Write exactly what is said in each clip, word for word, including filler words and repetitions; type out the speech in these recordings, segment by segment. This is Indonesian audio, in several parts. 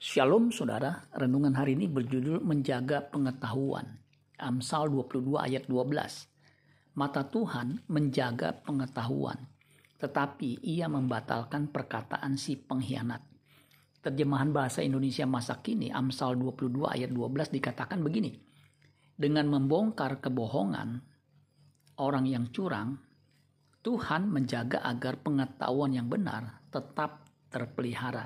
Shalom saudara, renungan hari ini berjudul menjaga pengetahuan. Amsal dua puluh dua ayat dua belas. Mata Tuhan menjaga pengetahuan, tetapi ia membatalkan perkataan si pengkhianat. Terjemahan bahasa Indonesia masa kini, Amsal dua puluh dua ayat dua belas dikatakan begini. Dengan membongkar kebohongan orang yang curang, Tuhan menjaga agar pengetahuan yang benar tetap terpelihara.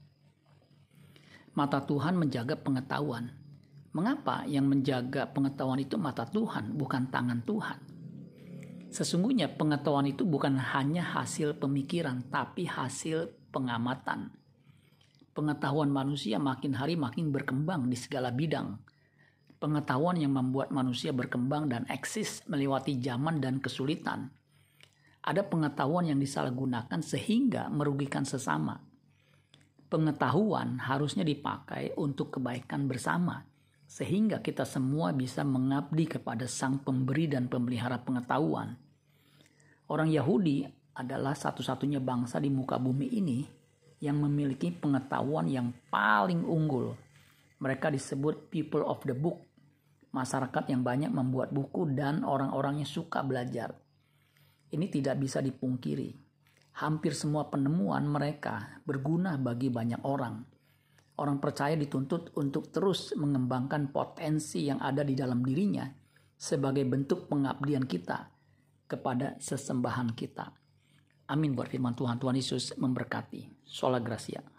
Mata Tuhan menjaga pengetahuan. Mengapa yang menjaga pengetahuan itu mata Tuhan, bukan tangan Tuhan? Sesungguhnya pengetahuan itu bukan hanya hasil pemikiran, tapi hasil pengamatan. Pengetahuan manusia makin hari makin berkembang di segala bidang. Pengetahuan yang membuat manusia berkembang dan eksis melewati zaman dan kesulitan. Ada pengetahuan yang disalahgunakan sehingga merugikan sesama. Pengetahuan harusnya dipakai untuk kebaikan bersama, sehingga kita semua bisa mengabdi kepada Sang Pemberi dan Pemelihara pengetahuan. Orang Yahudi adalah satu-satunya bangsa di muka bumi ini yang memiliki pengetahuan yang paling unggul. Mereka disebut people of the book, masyarakat yang banyak membuat buku dan orang-orangnya suka belajar. Ini tidak bisa dipungkiri. Hampir semua penemuan mereka berguna bagi banyak orang. Orang percaya dituntut untuk terus mengembangkan potensi yang ada di dalam dirinya sebagai bentuk pengabdian kita kepada sesembahan kita. Amin buat firman Tuhan. Tuhan Yesus memberkati. Sola Gracia.